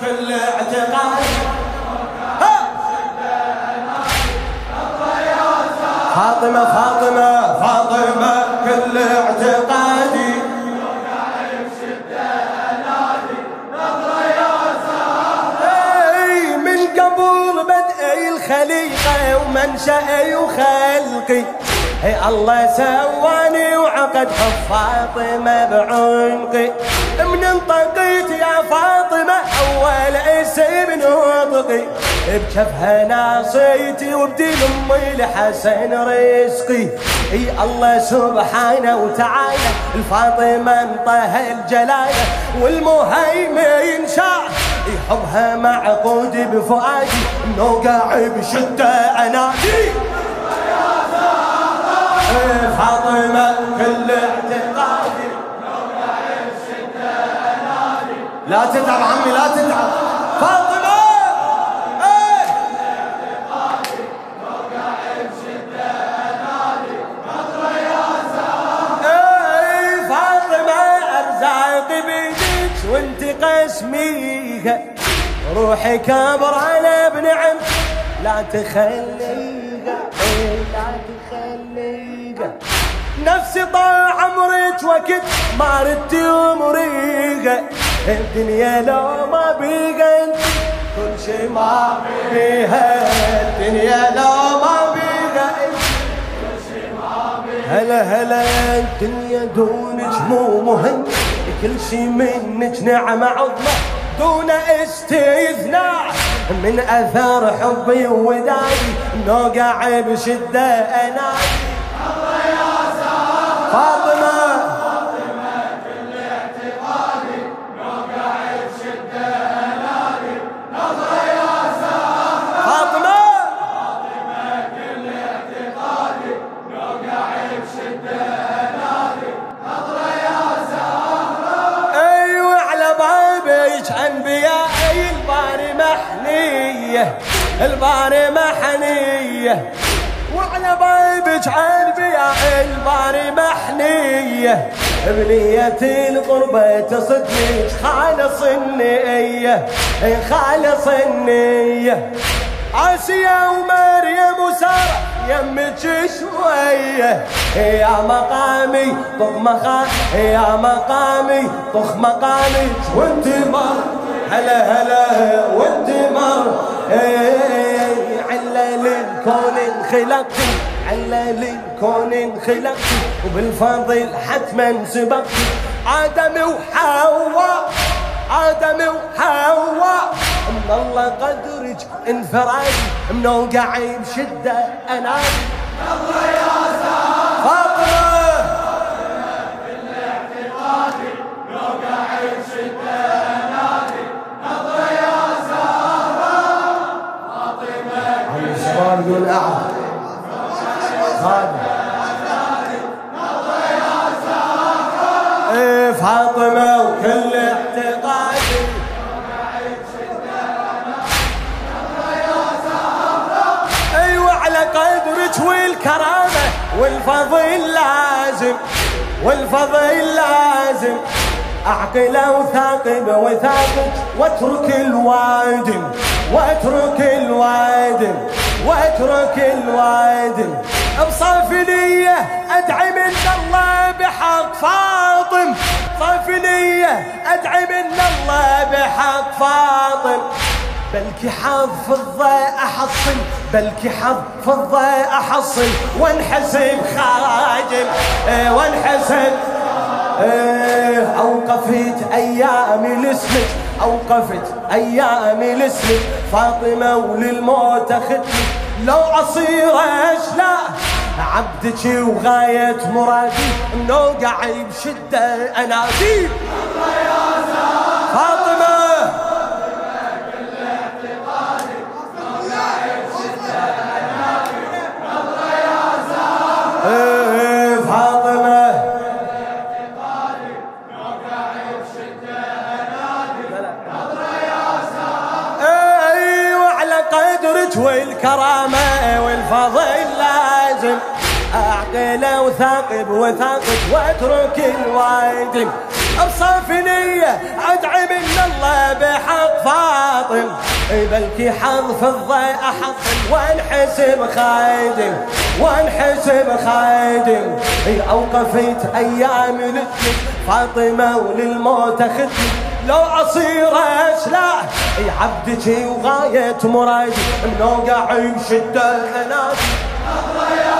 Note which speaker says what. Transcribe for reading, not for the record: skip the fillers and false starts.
Speaker 1: كل اعتقاد. فاطمة فاطمة فاطمة كل اعتقادي، من قبل بدء الخليقة ومنشأي وخلقي الله سواني وعقد حب فاطمة بعنقي. من انطقيت يا فاطمة أول اسم نطقي، بجفها ناصيتي وبدين أمي لحسن رزقي. الله سبحانه وتعالى الفاطمة انطه الجلالة، والمهيمن شاع يحبها معقود بفؤادي، نوقع بشدة أنادي فاطمة كل اعتقادي. لا تتعب عمي لا تتعب فاطمة. فاطمة أرزاقي بيدك وانت قسميها، روحي كبر على بنعم لا تخليها لا تخليها. نفسي طال عمرك وقت ما ردت أمريها، الدنيا لو ما بيها كل شي ما بيها، الدنيا لو ما بيها كل شي ما بيها. هلا هلا الدنيا دونك مو مهم، كل شي منك نعمة عظمى دون استثناء. من أثر حبي ووداعي نوقع بشدة أنادي الله يا زهرة. فاطمة كل اعتقادي نوقع بشدة أنادي الله يا زهرة. فاطمة كل اعتقادي نوقع بشدة أنادي الله يا زهرة. أيوة على بابك أنبياء الباري محنية، الباري محنية، وعلى بابك أنبياء الباري محنية. بنية القربة تصدق خالص النية خالص النية. آسيا ومريم وسارة يمك شوية، يا مقامي طخ مقامي يا مقامي طخ مقامي وانت مر هلا هلا وانت مر. علل الكون انخلقتي علل الكون انخلقتي، وبالفضل حتما سبقتي آدم وحواء آدم وحواء. من الله قدرك انفرادي منوقع بشدة أنادي الله يا زهرة. فاطمة كل اعتقادي نوقع بشدة أنادي الله يا زهرة. فاطمة كل اعتقادي الله يا زهرة. فاطمة وكل اعتقادي قدرك والكرامة والفضل لازم والفضل لازم. أعقل وثاقب وثاقب واترك الوادم واترك الوادم واترك الوادم. بصافلية أدعي من الله بحق فاطم، صافلية أدعي من الله بحق فاطم. بلكي حظ فضة أحصل بلكي حظ فضة أحصل وانحسب خادم وانحسب. أوقفت أيامي لاسمك أوقفت أيامي لاسمك فاطمة وللموت أخذتك. لو أصير أشلا عبدك وغاية مرادي نوقع بشدة أنادي الله يا زهرة. فاطمة والكرامة والفضل لازم. أعقل وثاقب وثاقب واترك الوادم. بصافي نية أدعي من الله بحق فاطم بلكي حظ في الضيء أحطم وانحسب خايدم وانحسب خايدم أوقفت أيام لتلك فاطمة وللموت أخذتك لو أصير أسلح عبدك وغاية مرادي منوقع بشدة الأنادي